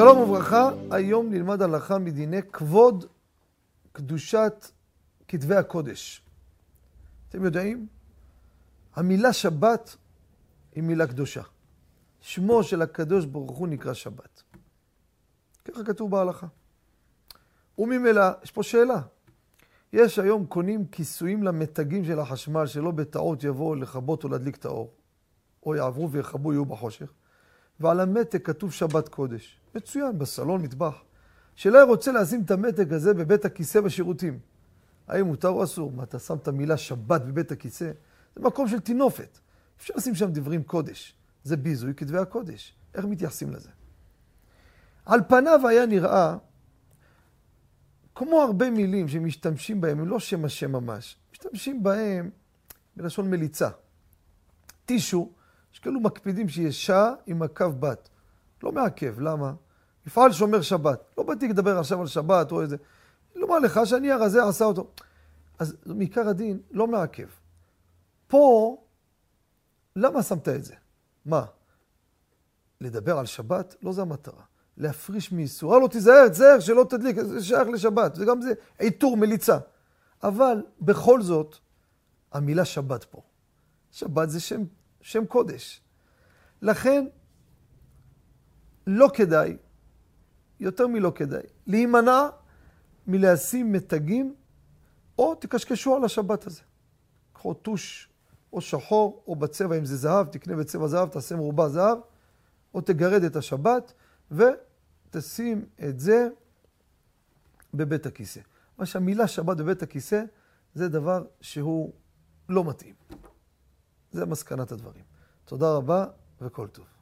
שלום וברכה, היום נלמד הלכה מדיני כבוד קדושת כתבי הקודש. אתם יודעים? המילה שבת היא מילה קדושה. שמו של הקדוש ברוך הוא נקרא שבת. ככה כתוב בהלכה. וממילא, יש פה שאלה. יש היום קונים כיסויים למתגים של החשמל שלא בטעות יבואו לכבות או להדליק את האור. או יעברו ויחבו יהיו בחושך. ועל המתג כתוב שבת קודש. מצוין, בסלון מטבח. שאלה רוצה לשים את המתג הזה בבית הכיסא בשירותים. האם מותר או אסור? מה, אתה שם את המילה שבת בבית הכיסא? זה מקום של תינופת. אפשר לשים שם דברים קודש. זה ביזוי כתבי הקודש. איך מתייחסים לזה? על פניו היה נראה, כמו הרבה מילים שמשתמשים בהם, הם לא שם השם ממש. משתמשים בהם בלשון מליצה. טישו, יש כאלו מקפידים שיש שעה עם הקו בת. לא מעכב, למה? מפעל שומר שבת. לא באתי לדבר עכשיו על שבת או איזה. לומר לך שאני הרזה עשה אותו. אז מעיקר הדין לא מעכב. פה, למה שמת את זה? מה? לדבר על שבת? לא זה המטרה. להפריש מאיסור. לא תיזהר שלא תדליק, זה שייך לשבת. זה גם זה עיטור, מליצה. אבל בכל זאת, המילה שבת פה. שבת זה שם קודש. לכן, לא כדאי, יותר מלא כדאי, להימנע מלהשים מתגים, או תקשקשו על השבת הזה. קחו טוש, או שחור, או בצבע, אם זה זהב, תקנה בצבע זהב, תעשה מרובע זהב, או תגרד את השבת, ותשים את זה בבית הכיסא. מה שהמילה שבת בבית הכיסא, זה דבר שהוא לא מתאים. זה מסקנת הדברים. תודה רבה וכל טוב.